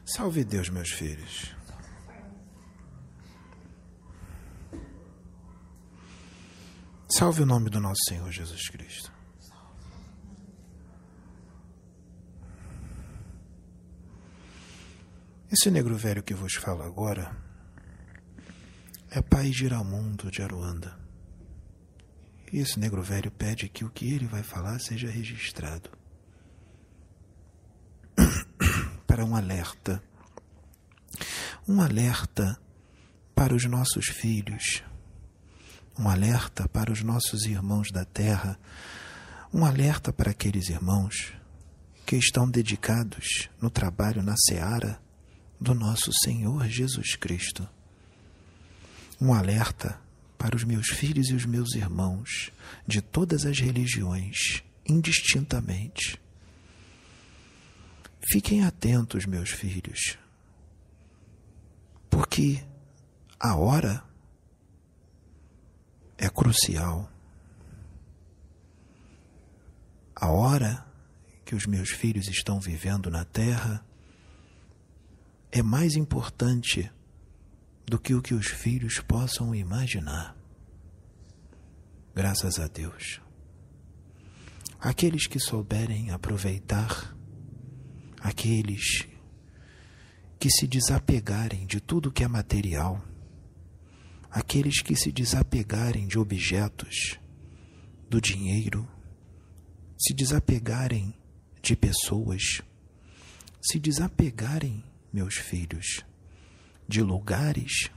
Salve Deus, meus filhos. Salve o nome do nosso Senhor Jesus Cristo. Esse negro velho que vos falo agora é pai de Iramundo de Aruanda. E esse negro velho pede que o que ele vai falar seja registrado para um alerta para os nossos filhos, um alerta para os nossos irmãos da terra, um alerta para aqueles irmãos que estão dedicados no trabalho na seara do nosso Senhor Jesus Cristo. Um alerta para os meus filhos e os meus irmãos de todas as religiões, indistintamente. Fiquem atentos, meus filhos, porque a hora é crucial. A hora que os meus filhos estão vivendo na terra é mais importante do que o que os filhos possam imaginar. Graças a Deus. Aqueles que souberem aproveitar, aqueles que se desapegarem de tudo que é material, aqueles que se desapegarem de objetos, do dinheiro, se desapegarem de pessoas, se desapegarem, meus filhos, de lugares,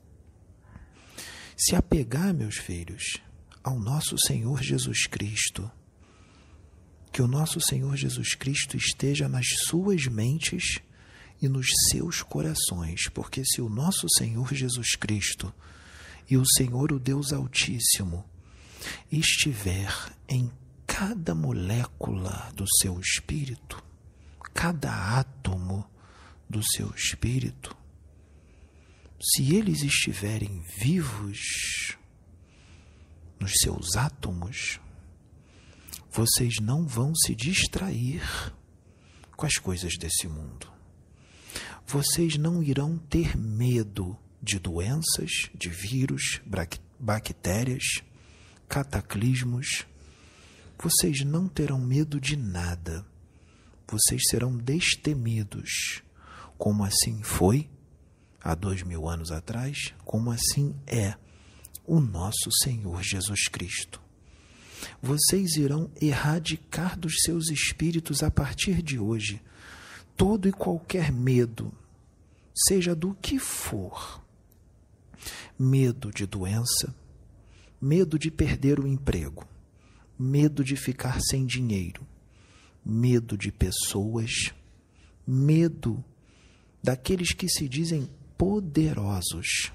se apegar, meus filhos, ao nosso Senhor Jesus Cristo, que o nosso Senhor Jesus Cristo esteja nas suas mentes e nos seus corações, porque se o nosso Senhor Jesus Cristo e o Senhor, o Deus Altíssimo, estiver em cada molécula do seu espírito, cada átomo do seu espírito, se eles estiverem vivos nos seus átomos, vocês não vão se distrair com as coisas desse mundo. Vocês não irão ter medo de doenças, de vírus, bactérias, cataclismos. Vocês não terão medo de nada. Vocês serão destemidos, como assim foi há 2000 anos atrás, como assim é o nosso Senhor Jesus Cristo. Vocês irão erradicar dos seus espíritos a partir de hoje todo e qualquer medo, seja do que for. Medo de doença, medo de perder o emprego, medo de ficar sem dinheiro, medo de pessoas, medo daqueles que se dizem poderosos,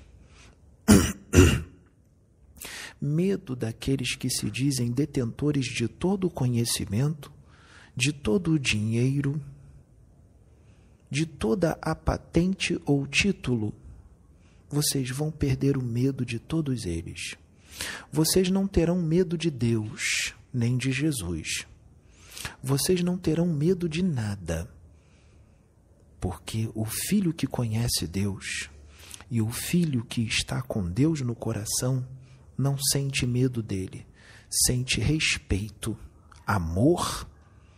medo daqueles que se dizem detentores de todo o conhecimento, de todo o dinheiro, de toda a patente ou título. Vocês vão perder o medo de todos eles. Vocês não terão medo de Deus, nem de Jesus. Vocês não terão medo de nada, porque o filho que conhece Deus e o filho que está com Deus no coração não sente medo dele, sente respeito, amor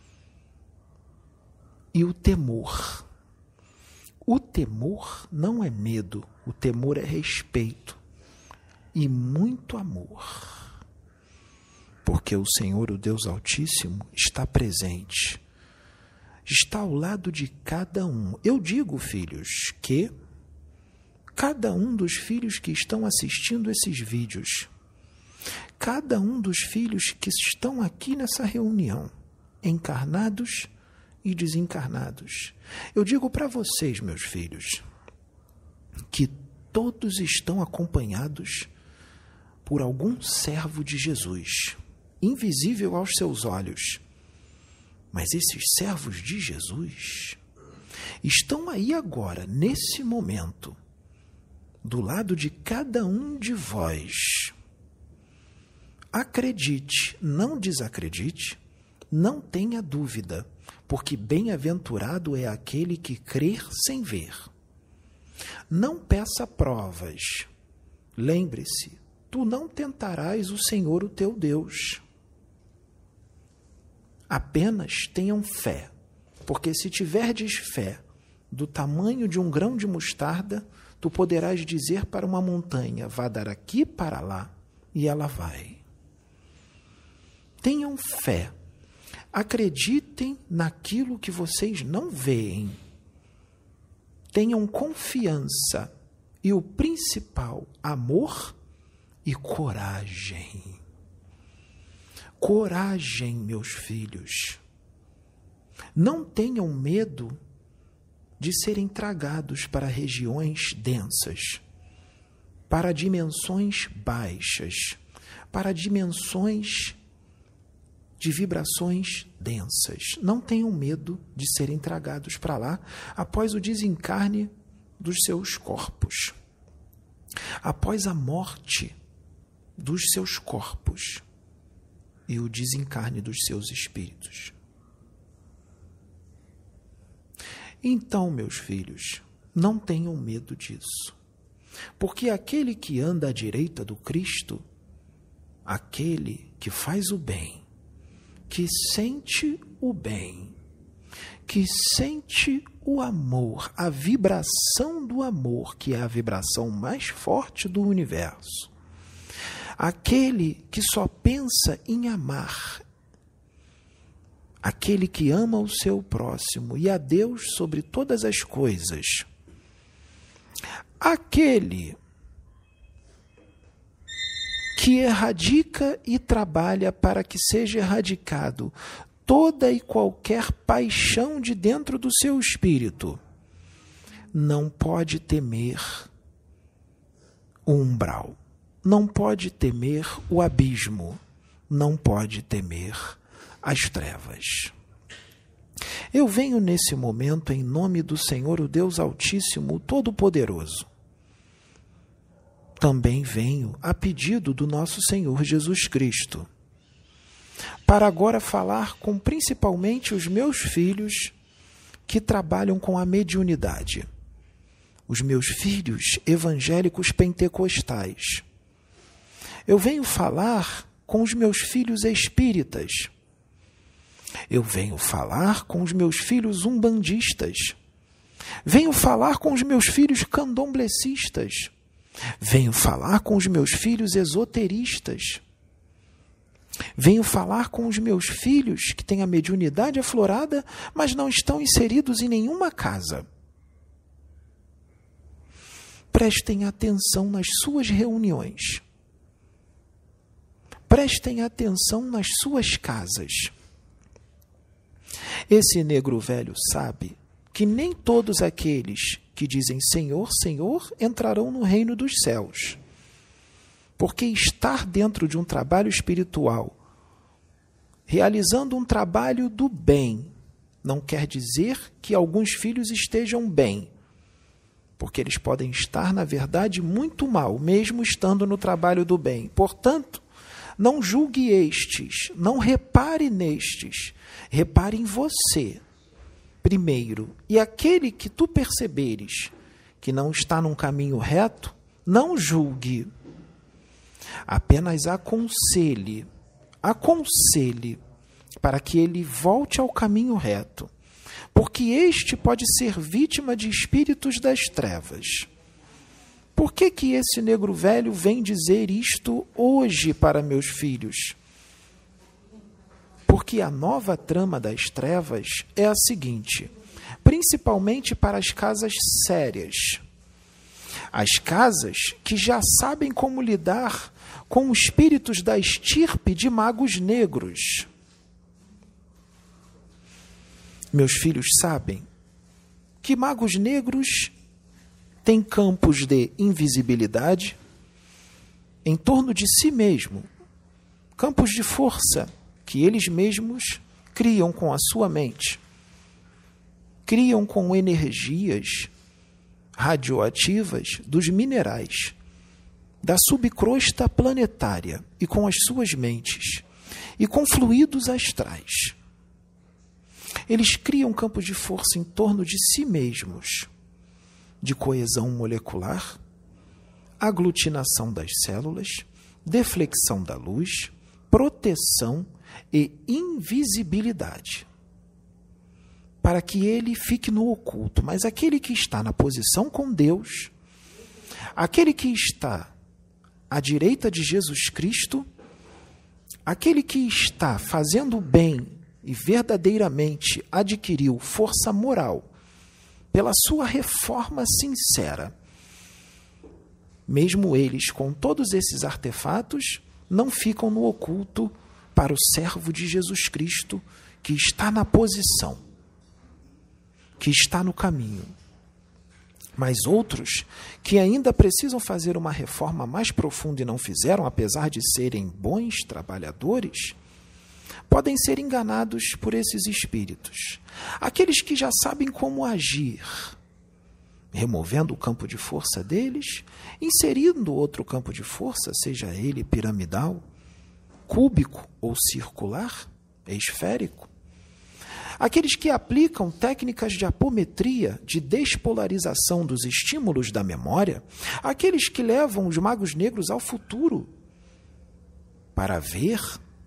e o temor. O temor não é medo, o temor é respeito e muito amor. Porque o Senhor, o Deus Altíssimo, está presente, está ao lado de cada um. Eu digo, filhos, que cada um dos filhos que estão assistindo esses vídeos, cada um dos filhos que estão aqui nessa reunião, encarnados e desencarnados, eu digo para vocês, meus filhos, que todos estão acompanhados por algum servo de Jesus, invisível aos seus olhos. Mas esses servos de Jesus estão aí agora, nesse momento, do lado de cada um de vós. Acredite, não desacredite, Não tenha dúvida, porque bem-aventurado é aquele que crer sem ver. Não peça provas. Lembre-se, tu não tentarás o Senhor, o teu Deus. Apenas tenham fé, porque se tiverdes fé do tamanho de um grão de mostarda, tu poderás dizer para uma montanha, vá daqui para lá, e ela vai. Tenham fé. Acreditem naquilo que vocês não veem. Tenham confiança e o principal, amor e coragem. Coragem, meus filhos. Não tenham medo de serem tragados para regiões densas, para dimensões baixas, para dimensões de vibrações densas. Não tenham medo de serem tragados para lá após o desencarne dos seus corpos, após a morte dos seus corpos e o desencarne dos seus espíritos. Então, meus filhos, não tenham medo disso, porque aquele que anda à direita do Cristo, aquele que faz o bem, que sente o bem, que sente o amor, a vibração do amor, que é a vibração mais forte do universo, aquele que só pensa em amar, aquele que ama o seu próximo e a Deus sobre todas as coisas, aquele que erradica e trabalha para que seja erradicado toda e qualquer paixão de dentro do seu espírito, não pode temer o umbral, não pode temer o abismo, não pode temer as trevas. Eu venho nesse momento em nome do Senhor, o Deus Altíssimo, o Todo-Poderoso. Também venho a pedido do nosso Senhor Jesus Cristo, para agora falar com principalmente os meus filhos que trabalham com a mediunidade, os meus filhos evangélicos pentecostais. Eu venho falar com os meus filhos espíritas. Eu venho falar com os meus filhos umbandistas. Venho falar com os meus filhos candomblecistas. Venho falar com os meus filhos esoteristas. Venho falar com os meus filhos que têm a mediunidade aflorada, mas não estão inseridos em nenhuma casa. Prestem atenção nas suas reuniões. Prestem atenção nas suas casas. Esse negro velho sabe que nem todos aqueles que dizem Senhor, Senhor, entrarão no reino dos céus. Porque estar dentro de um trabalho espiritual, realizando um trabalho do bem, não quer dizer que alguns filhos estejam bem. Porque eles podem estar, na verdade, muito mal, mesmo estando no trabalho do bem. Portanto, não julgue estes, não repare nestes, repare em você primeiro. E aquele que tu perceberes que não está num caminho reto, não julgue. Apenas aconselhe para que ele volte ao caminho reto, porque este pode ser vítima de espíritos das trevas. Por que que esse negro velho vem dizer isto hoje para meus filhos? Porque a nova trama das trevas é a seguinte, principalmente para as casas sérias, as casas que já sabem como lidar com os espíritos da estirpe de magos negros. Meus filhos sabem que magos negros têm campos de invisibilidade em torno de si mesmo, campos de força que eles mesmos criam com a sua mente, criam com energias radioativas dos minerais, da subcrosta planetária e com as suas mentes, e com fluidos astrais. Eles criam campos de força em torno de si mesmos, de coesão molecular, aglutinação das células, deflexão da luz, proteção e invisibilidade, para que ele fique no oculto. Mas aquele que está na posição com Deus, aquele que está à direita de Jesus Cristo, aquele que está fazendo o bem e verdadeiramente adquiriu força moral pela sua reforma sincera, mesmo eles, com todos esses artefatos, não ficam no oculto para o servo de Jesus Cristo, que está na posição, que está no caminho. Mas outros, que ainda precisam fazer uma reforma mais profunda e não fizeram, apesar de serem bons trabalhadores, podem ser enganados por esses espíritos. Aqueles que já sabem como agir, removendo o campo de força deles, inserindo outro campo de força, seja ele piramidal, cúbico ou circular, esférico. Aqueles que aplicam técnicas de apometria, de despolarização dos estímulos da memória, aqueles que levam os magos negros ao futuro para ver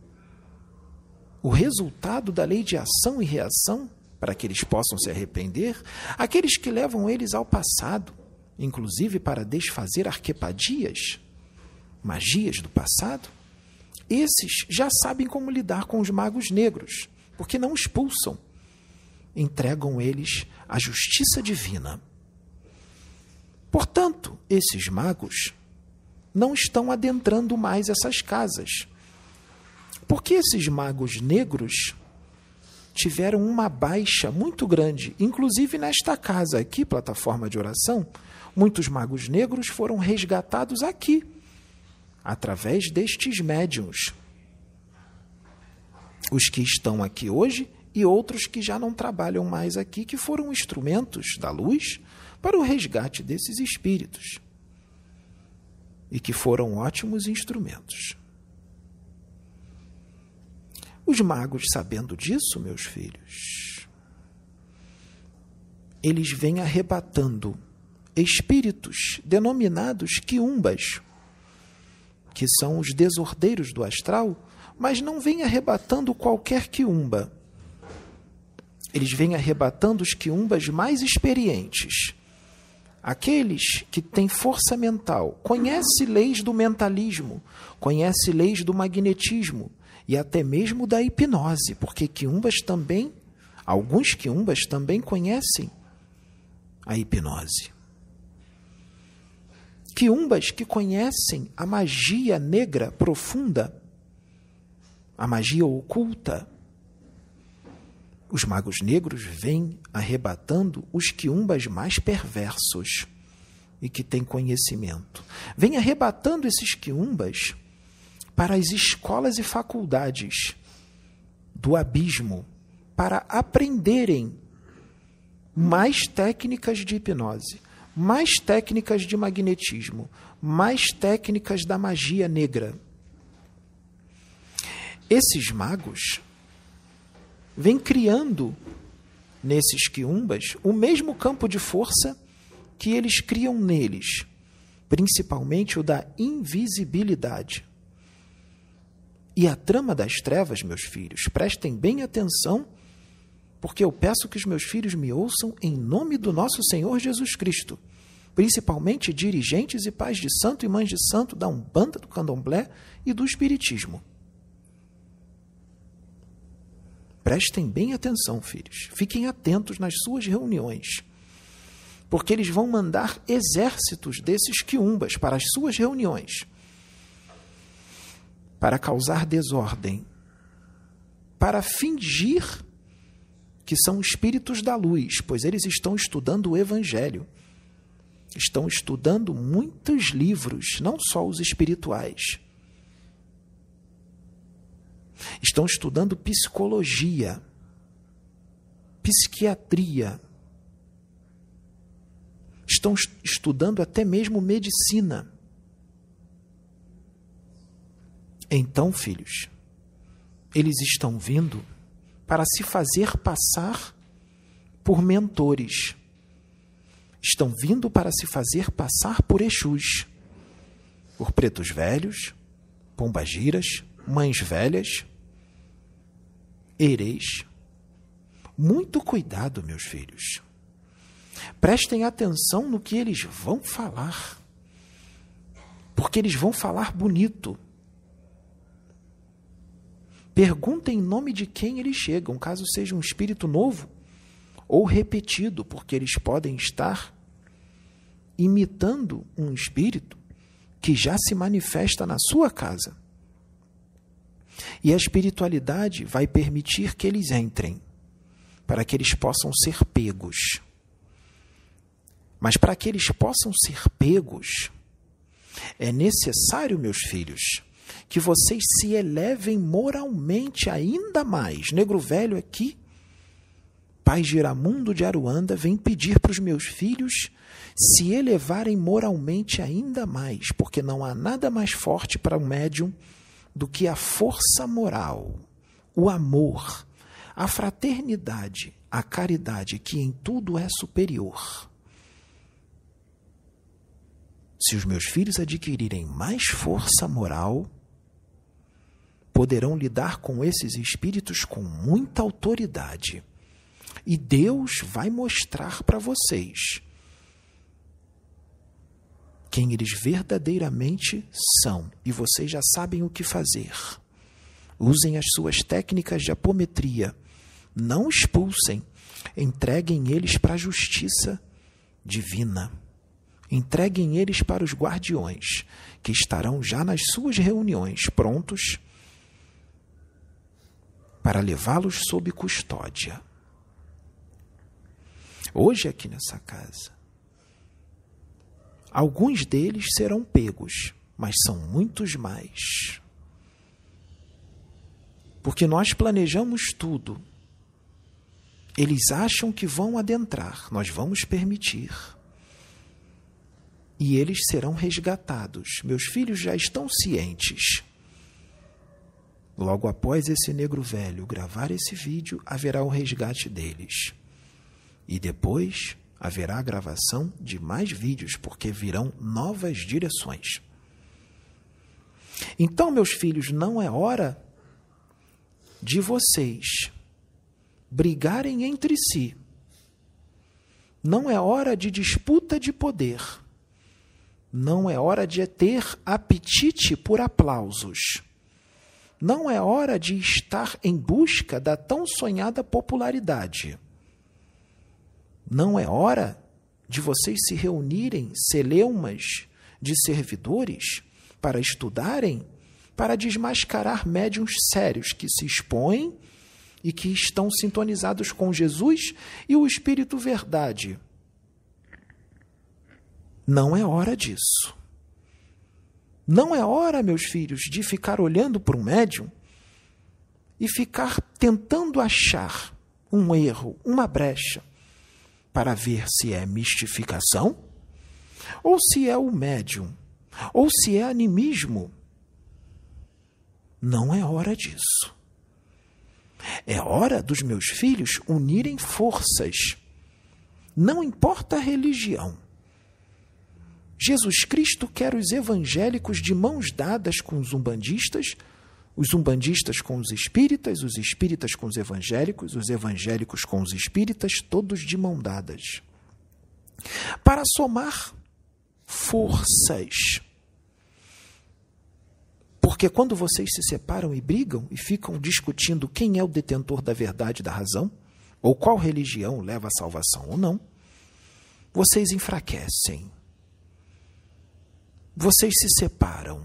o resultado da lei de ação e reação, para que eles possam se arrepender, aqueles que levam eles ao passado, inclusive para desfazer arquepadias, magias do passado, esses já sabem como lidar com os magos negros, porque não expulsam, entregam eles à justiça divina. Portanto, esses magos não estão adentrando mais essas casas, porque esses magos negros tiveram uma baixa muito grande, inclusive nesta casa aqui, plataforma de oração, muitos magos negros foram resgatados aqui, através destes médiuns. Os que estão aqui hoje e outros que já não trabalham mais aqui, que foram instrumentos da luz para o resgate desses espíritos. E que foram ótimos instrumentos. Os magos, sabendo disso, meus filhos, eles vêm arrebatando espíritos denominados quiumbas, que são os desordeiros do astral, mas não vêm arrebatando qualquer quiumba. Eles vêm arrebatando os quiumbas mais experientes, aqueles que têm força mental, conhecem leis do mentalismo, conhecem leis do magnetismo, e até mesmo da hipnose, porque quiumbas também, alguns quiumbas também conhecem a hipnose. Quiumbas que conhecem a magia negra profunda, a magia oculta. Os magos negros vêm arrebatando os quiumbas mais perversos e que têm conhecimento. Vêm arrebatando esses quiumbas para as escolas e faculdades do abismo, para aprenderem mais técnicas de hipnose, mais técnicas de magnetismo, mais técnicas da magia negra. Esses magos vêm criando nesses quiumbas o mesmo campo de força que eles criam neles, principalmente o da invisibilidade. E a trama das trevas, meus filhos, prestem bem atenção, porque eu peço que os meus filhos me ouçam em nome do nosso Senhor Jesus Cristo, principalmente dirigentes e pais de santo e mães de santo da Umbanda, do Candomblé e do Espiritismo. Prestem bem atenção, filhos. Fiquem atentos nas suas reuniões, porque eles vão mandar exércitos desses quiumbas para as suas reuniões, para causar desordem, para fingir que são espíritos da luz, pois eles estão estudando o Evangelho, estão estudando muitos livros, não só os espirituais. Estão estudando psicologia, psiquiatria, estão estudando até mesmo medicina. Então, filhos, eles estão vindo para se fazer passar por mentores. Estão vindo para se fazer passar por Exus, por pretos velhos, pombagiras, mães velhas, ereis. Muito cuidado, meus filhos. Prestem atenção no que eles vão falar, porque eles vão falar bonito. Perguntem em nome de quem eles chegam, caso seja um espírito novo ou repetido, porque eles podem estar imitando um espírito que já se manifesta na sua casa. E a espiritualidade vai permitir que eles entrem, para que eles possam ser pegos. Mas para que eles possam ser pegos, é necessário, meus filhos, que vocês se elevem moralmente ainda mais. Negro Velho aqui, Pai Giramundo de Aruanda, vem pedir para os meus filhos se elevarem moralmente ainda mais, porque não há nada mais forte para um médium do que a força moral, o amor, a fraternidade, a caridade, que em tudo é superior. Se os meus filhos adquirirem mais força moral, poderão lidar com esses espíritos com muita autoridade. E Deus vai mostrar para vocês quem eles verdadeiramente são. E vocês já sabem o que fazer. Usem as suas técnicas de apometria. Não expulsem. Entreguem eles para a justiça divina. Entreguem eles para os guardiões, que estarão já nas suas reuniões, prontos para levá-los sob custódia. Hoje, aqui nessa casa, alguns deles serão pegos, mas são muitos mais. Porque nós planejamos tudo. Eles acham que vão adentrar, nós vamos permitir. E eles serão resgatados. Meus filhos já estão cientes. Logo após esse negro velho gravar esse vídeo, haverá o resgate deles. E depois haverá a gravação de mais vídeos, porque virão novas direções. Então, meus filhos, não é hora de vocês brigarem entre si. Não é hora de disputa de poder. Não é hora de ter apetite por aplausos. Não é hora de estar em busca da tão sonhada popularidade. Não é hora de vocês se reunirem, celeumas de servidores, para estudarem, para desmascarar médiuns sérios que se expõem e que estão sintonizados com Jesus e o Espírito Verdade. Não é hora disso. Não é hora, meus filhos, de ficar olhando para um médium e ficar tentando achar um erro, uma brecha, para ver se é mistificação, ou se é o médium, ou se é animismo. Não é hora disso. É hora dos meus filhos unirem forças. Não importa a religião. Jesus Cristo quer os evangélicos de mãos dadas com os umbandistas com os espíritas com os evangélicos com os espíritas, todos de mão dadas. Para somar forças. Porque quando vocês se separam e brigam e ficam discutindo quem é o detentor da verdade e da razão, ou qual religião leva à salvação ou não, vocês enfraquecem. Vocês se separam.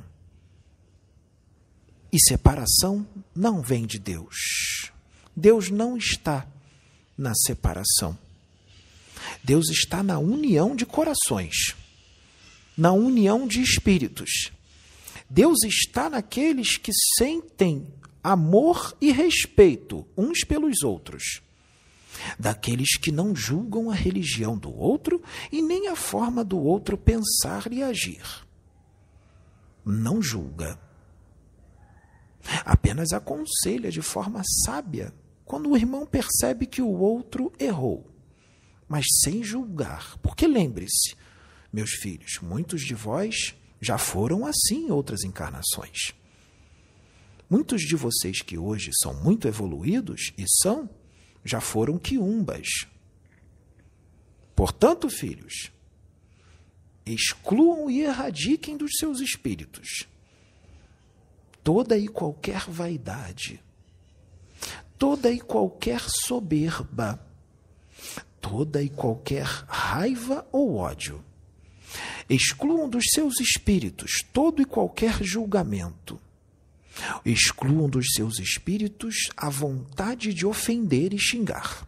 E separação não vem de Deus. Deus não está na separação. Deus está na união de corações, na união de espíritos. Deus está naqueles que sentem amor e respeito uns pelos outros, daqueles que não julgam a religião do outro e nem a forma do outro pensar e agir. Não julga. Apenas aconselha de forma sábia quando o irmão percebe que o outro errou, mas sem julgar. Porque lembre-se, meus filhos, muitos de vós já foram assim em outras encarnações. Muitos de vocês que hoje são muito evoluídos, e são, já foram quiumbas. Portanto, filhos, excluam e erradiquem dos seus espíritos toda e qualquer vaidade, toda e qualquer soberba, toda e qualquer raiva ou ódio. Excluam dos seus espíritos todo e qualquer julgamento. Excluam dos seus espíritos a vontade de ofender e xingar.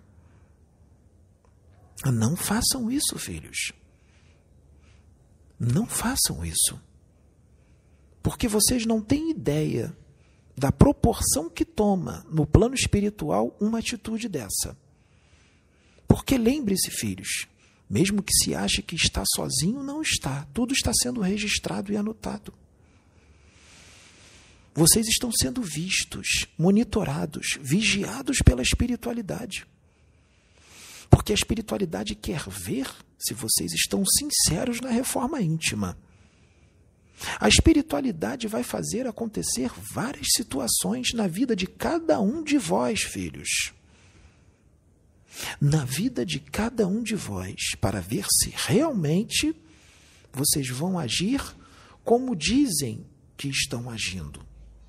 Não façam isso, filhos. Não façam isso. Porque vocês não têm ideia da proporção que toma no plano espiritual uma atitude dessa. Porque lembre-se, filhos, mesmo que se ache que está sozinho, não está. Tudo está sendo registrado e anotado. Vocês estão sendo vistos, monitorados, vigiados pela espiritualidade. Porque a espiritualidade quer ver se vocês estão sinceros na reforma íntima. A espiritualidade vai fazer acontecer várias situações na vida de cada um de vós, filhos. Na vida de cada um de vós, para ver se realmente vocês vão agir como dizem que estão agindo.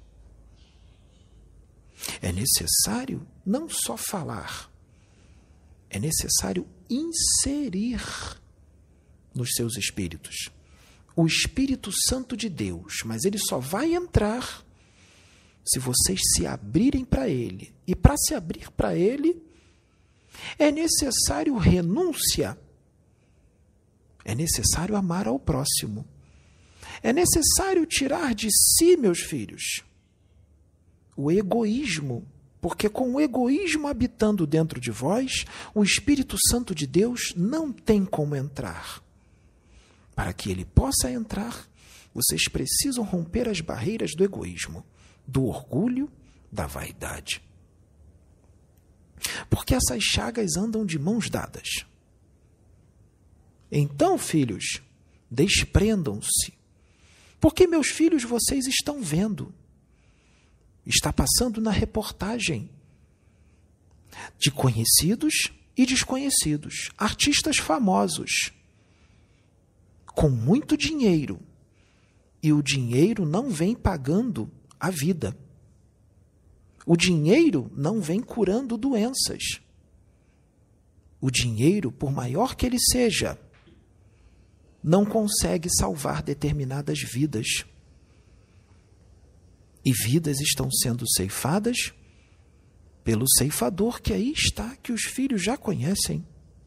É necessário não só falar, é necessário inserir nos seus espíritos o Espírito Santo de Deus, mas ele só vai entrar se vocês se abrirem para ele. E para se abrir para ele, é necessário renúncia, é necessário amar ao próximo, é necessário tirar de si, meus filhos, o egoísmo, porque com o egoísmo habitando dentro de vós, o Espírito Santo de Deus não tem como entrar. Para que ele possa entrar, vocês precisam romper as barreiras do egoísmo, do orgulho, da vaidade. Porque essas chagas andam de mãos dadas. Então, filhos, desprendam-se. Porque, meus filhos, vocês estão vendo. Está passando na reportagem de conhecidos e desconhecidos, artistas famosos, com muito dinheiro, e o dinheiro não vem pagando a vida. O dinheiro não vem curando doenças. O dinheiro, por maior que ele seja, não consegue salvar determinadas vidas. E vidas estão sendo ceifadas pelo ceifador que aí está, que os filhos já conhecem.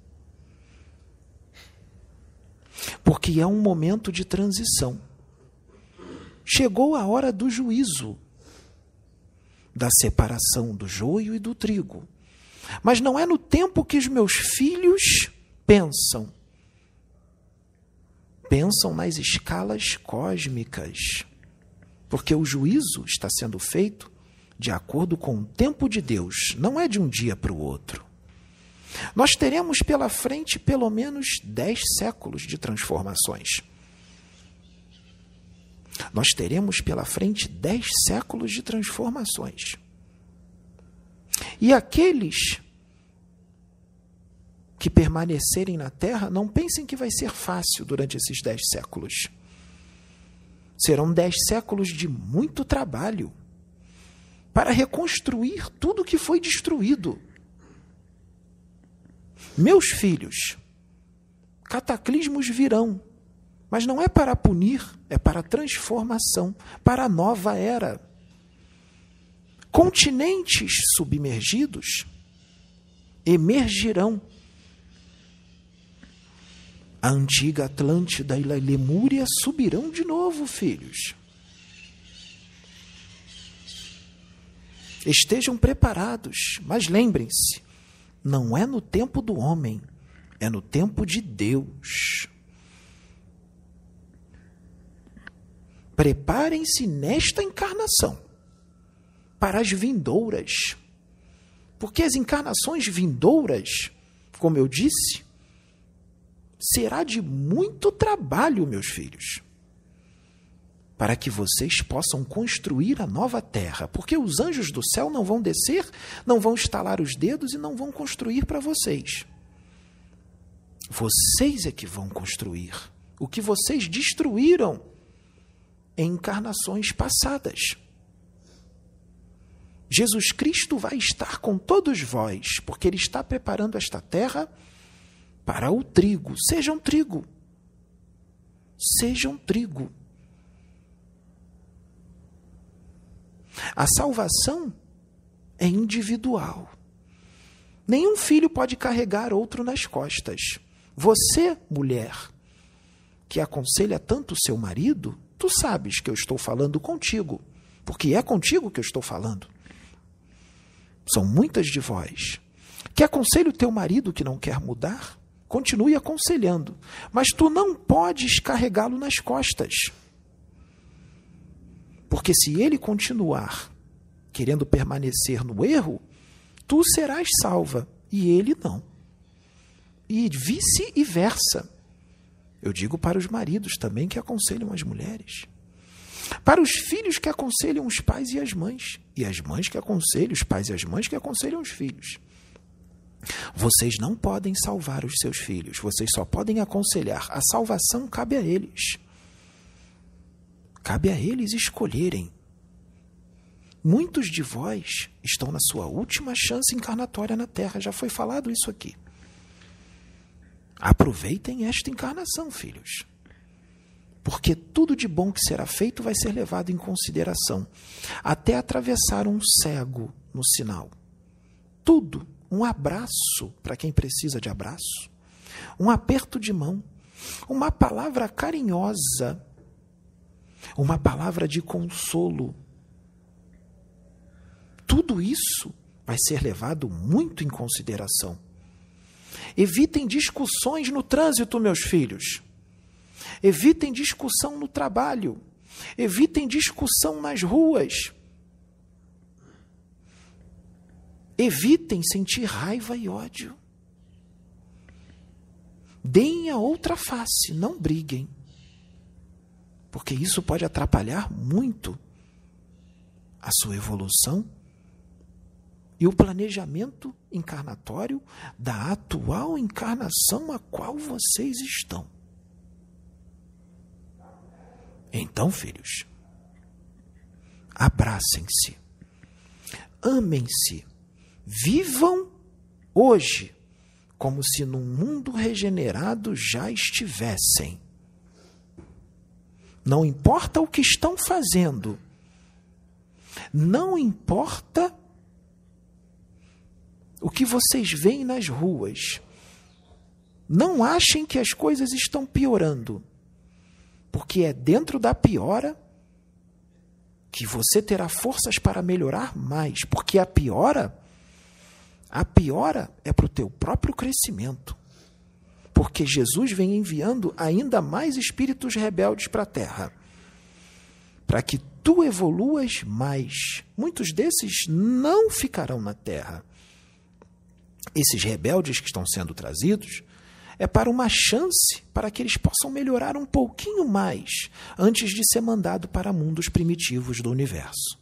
Porque é um momento de transição. Chegou a hora do juízo, da separação do joio e do trigo. Mas não é no tempo que os meus filhos pensam. Pensam nas escalas cósmicas. Porque o juízo está sendo feito de acordo com o tempo de Deus, não é de um dia para o outro. Nós teremos pela frente pelo menos 10 séculos de transformações. Nós teremos pela frente 10 séculos de transformações. E aqueles que permanecerem na Terra, não pensem que vai ser fácil durante esses 10 séculos. Serão 10 séculos de muito trabalho para reconstruir tudo que foi destruído. Meus filhos, cataclismos virão, mas não é para punir, é para transformação, para a nova era. Continentes submergidos emergirão. A antiga Atlântida e a Lemúria subirão de novo, filhos. Estejam preparados, mas lembrem-se, não é no tempo do homem, é no tempo de Deus. Preparem-se nesta encarnação para as vindouras, Porque as encarnações vindouras, como eu disse, será de muito trabalho, meus filhos, para que vocês possam construir a nova terra, porque os anjos do céu não vão descer, não vão estalar os dedos e não vão construir para vocês. Vocês é que vão construir o que vocês destruíram em encarnações passadas. Jesus Cristo vai estar com todos vós, porque Ele está preparando esta terra para o trigo. Sejam trigo. Sejam trigo. A salvação é individual. Nenhum filho pode carregar outro nas costas. Você, mulher, que aconselha tanto seu marido, tu sabes que eu estou falando contigo, porque é contigo que eu estou falando. São muitas de vós que aconselha o teu marido que não quer mudar, continue aconselhando, mas tu não podes carregá-lo nas costas. Porque se ele continuar querendo permanecer no erro, tu serás salva e ele não. E vice-versa. Eu digo para os maridos também que aconselham as mulheres. Para os filhos que aconselham os pais e as mães. E as mães que aconselham os pais e as mães que aconselham os filhos. Vocês não podem salvar os seus filhos. Vocês só podem aconselhar. A salvação cabe a eles. Cabe a eles escolherem. Muitos de vós estão na sua última chance encarnatória na Terra. Já foi falado isso aqui. Aproveitem esta encarnação, filhos. Porque tudo de bom que será feito vai ser levado em consideração. Até atravessar um cego no sinal. Tudo. Um abraço para quem precisa de abraço. Um aperto de mão. Uma palavra carinhosa. Uma palavra de consolo. Tudo isso vai ser levado muito em consideração. Evitem discussões no trânsito, meus filhos. Evitem discussão no trabalho. Evitem discussão nas ruas. Evitem sentir raiva e ódio. Deem a outra face, não briguem. Porque isso pode atrapalhar muito a sua evolução e o planejamento encarnatório da atual encarnação a qual vocês estão. Então, filhos, abracem-se, amem-se, vivam hoje como se num mundo regenerado já estivessem. Não importa o que estão fazendo, não importa o que vocês veem nas ruas. Não achem que as coisas estão piorando, porque é dentro da piora que você terá forças para melhorar mais, porque a piora é para o teu próprio crescimento, porque Jesus vem enviando ainda mais espíritos rebeldes para a terra, para que tu evoluas mais. Muitos desses não ficarão na terra. Esses rebeldes que estão sendo trazidos é para uma chance para que eles possam melhorar um pouquinho mais antes de ser mandado para mundos primitivos do universo.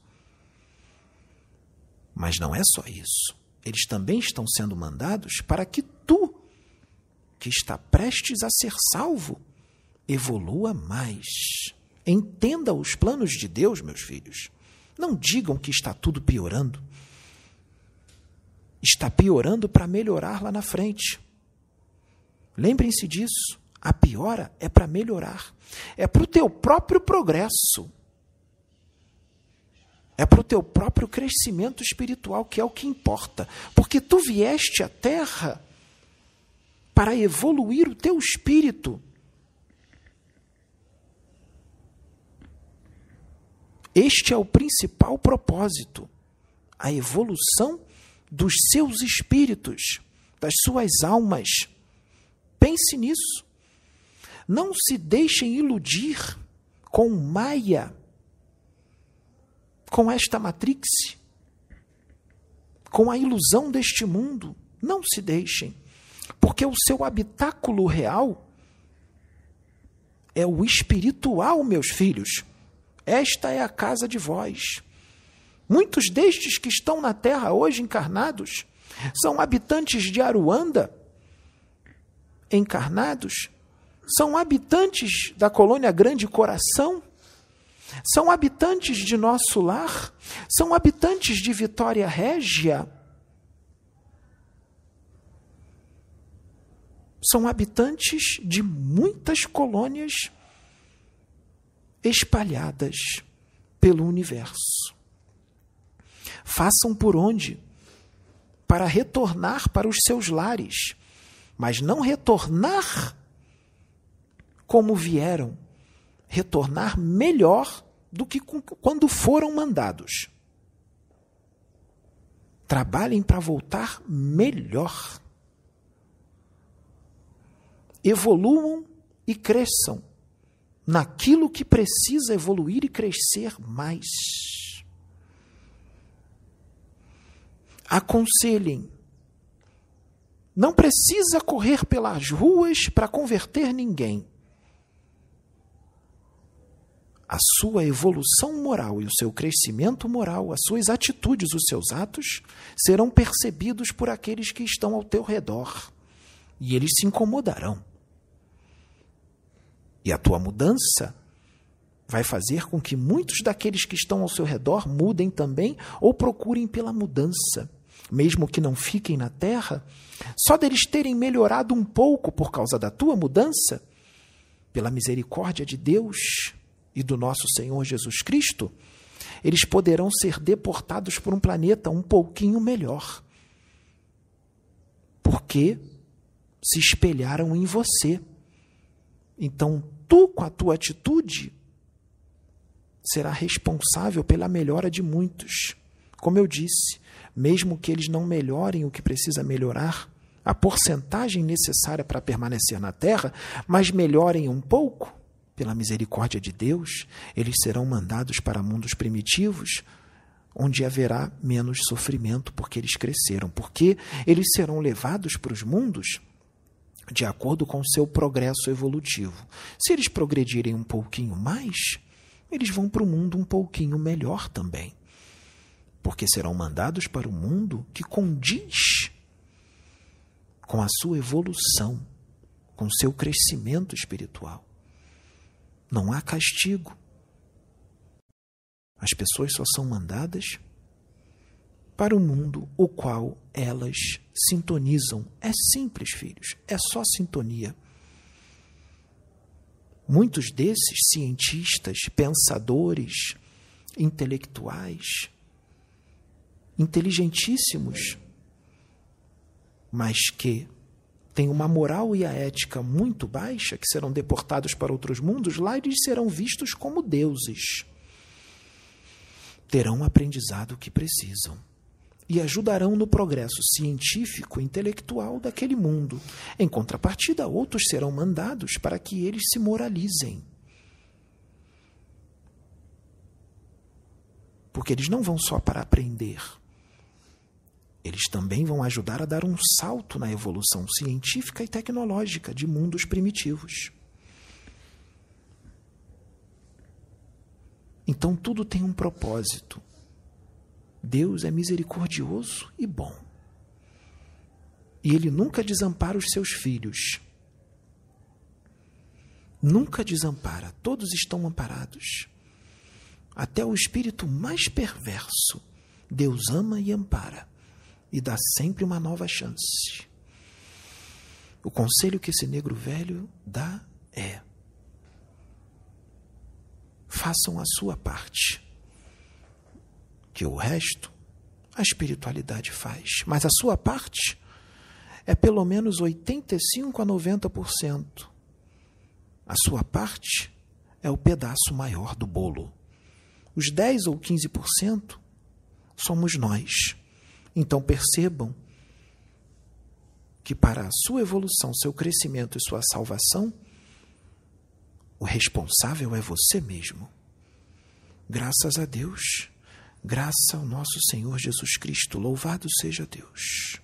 Mas não é só isso. Eles também estão sendo mandados para que tu, que está prestes a ser salvo, evolua mais. Entenda os planos de Deus, meus filhos. Não digam que está tudo piorando. Está piorando para melhorar lá na frente. Lembrem-se disso. A piora é para melhorar. É para o teu próprio progresso. É para o teu próprio crescimento espiritual, que é o que importa. Porque tu vieste à Terra para evoluir o teu espírito. Este é o principal propósito. A evolução dos seus espíritos, das suas almas. Pense nisso. Não se deixem iludir com Maia, com esta Matrix, com a ilusão deste mundo. Não se deixem, porque o seu habitáculo real é o espiritual, meus filhos. Esta é a casa de vós. Muitos destes que estão na terra hoje encarnados são habitantes de Aruanda, encarnados, são habitantes da Colônia Grande Coração, são habitantes de Nosso Lar, são habitantes de Vitória Régia, são habitantes de muitas colônias espalhadas pelo universo. Façam por onde para retornar para os seus lares, mas não retornar como vieram, retornar melhor do que quando foram mandados. Trabalhem para voltar melhor. Evoluam e cresçam naquilo que precisa evoluir e crescer mais. Aconselhem. Não precisa correr pelas ruas para converter ninguém. A sua evolução moral e o seu crescimento moral, as suas atitudes, os seus atos, serão percebidos por aqueles que estão ao teu redor. E eles se incomodarão. E a tua mudança vai fazer com que muitos daqueles que estão ao seu redor mudem também ou procurem pela mudança. Mesmo que não fiquem na terra, só deles terem melhorado um pouco por causa da tua mudança, pela misericórdia de Deus e do nosso Senhor Jesus Cristo, eles poderão ser deportados por um planeta um pouquinho melhor. Porque se espelharam em você. Então, tu, com a tua atitude, será responsável pela melhora de muitos. Como eu disse, mesmo que eles não melhorem o que precisa melhorar, a porcentagem necessária para permanecer na Terra, mas melhorem um pouco, pela misericórdia de Deus, eles serão mandados para mundos primitivos, onde haverá menos sofrimento, porque eles cresceram, porque eles serão levados para os mundos de acordo com o seu progresso evolutivo. Se eles progredirem um pouquinho mais, eles vão para o mundo um pouquinho melhor também, porque serão mandados para o mundo que condiz com a sua evolução, com o seu crescimento espiritual. Não há castigo. As pessoas só são mandadas para o mundo o qual elas sintonizam. É simples, filhos, é só sintonia. Muitos desses cientistas, pensadores, intelectuais, inteligentíssimos, mas que têm uma moral e a ética muito baixa, que serão deportados para outros mundos, lá eles serão vistos como deuses. Terão o aprendizado que precisam e ajudarão no progresso científico e intelectual daquele mundo. Em contrapartida, outros serão mandados para que eles se moralizem. Porque eles não vão só para aprender. Eles também vão ajudar a dar um salto na evolução científica e tecnológica de mundos primitivos. Então tudo tem um propósito. Deus é misericordioso e bom. E Ele nunca desampara os seus filhos. Nunca desampara. Todos estão amparados. Até o espírito mais perverso, Deus ama e ampara. E dá sempre uma nova chance. O conselho que esse negro velho dá é: façam a sua parte, que o resto a espiritualidade faz. Mas a sua parte é pelo menos 85% a 90%. A sua parte é o pedaço maior do bolo. Os 10% ou 15% somos nós. Então percebam que para a sua evolução, seu crescimento e sua salvação, o responsável é você mesmo. Graças a Deus, Graça ao nosso Senhor Jesus Cristo. Louvado seja Deus.